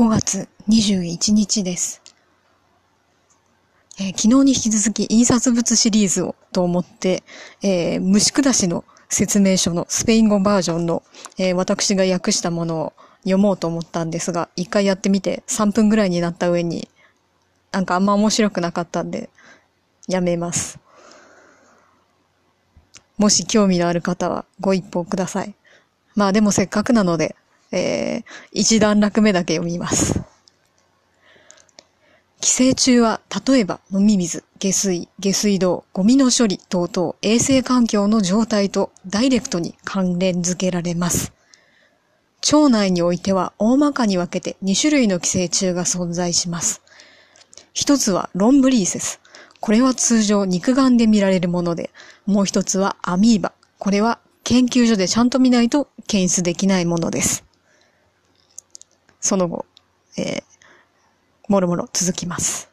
5月21日です。昨日に引き続き印刷物シリーズをと思って、虫下しの説明書のスペイン語バージョンの、私が訳したものを読もうと思ったんですが、一回やってみて3分ぐらいになった上に、なんかあんま面白くなかったんで、やめます。もし興味のある方はご一報ください。まあでもせっかくなので、一段落目だけ読みます。寄生虫は例えば飲み水、下水、下水道、ゴミの処理等々衛生環境の状態とダイレクトに関連づけられます。腸内においては大まかに分けて2種類の寄生虫が存在します。一つはロンブリーセス。これは通常肉眼で見られるもので、もう一つはアミーバ。これは研究所でちゃんと見ないと検出できないものです。その後、もろもろ続きます。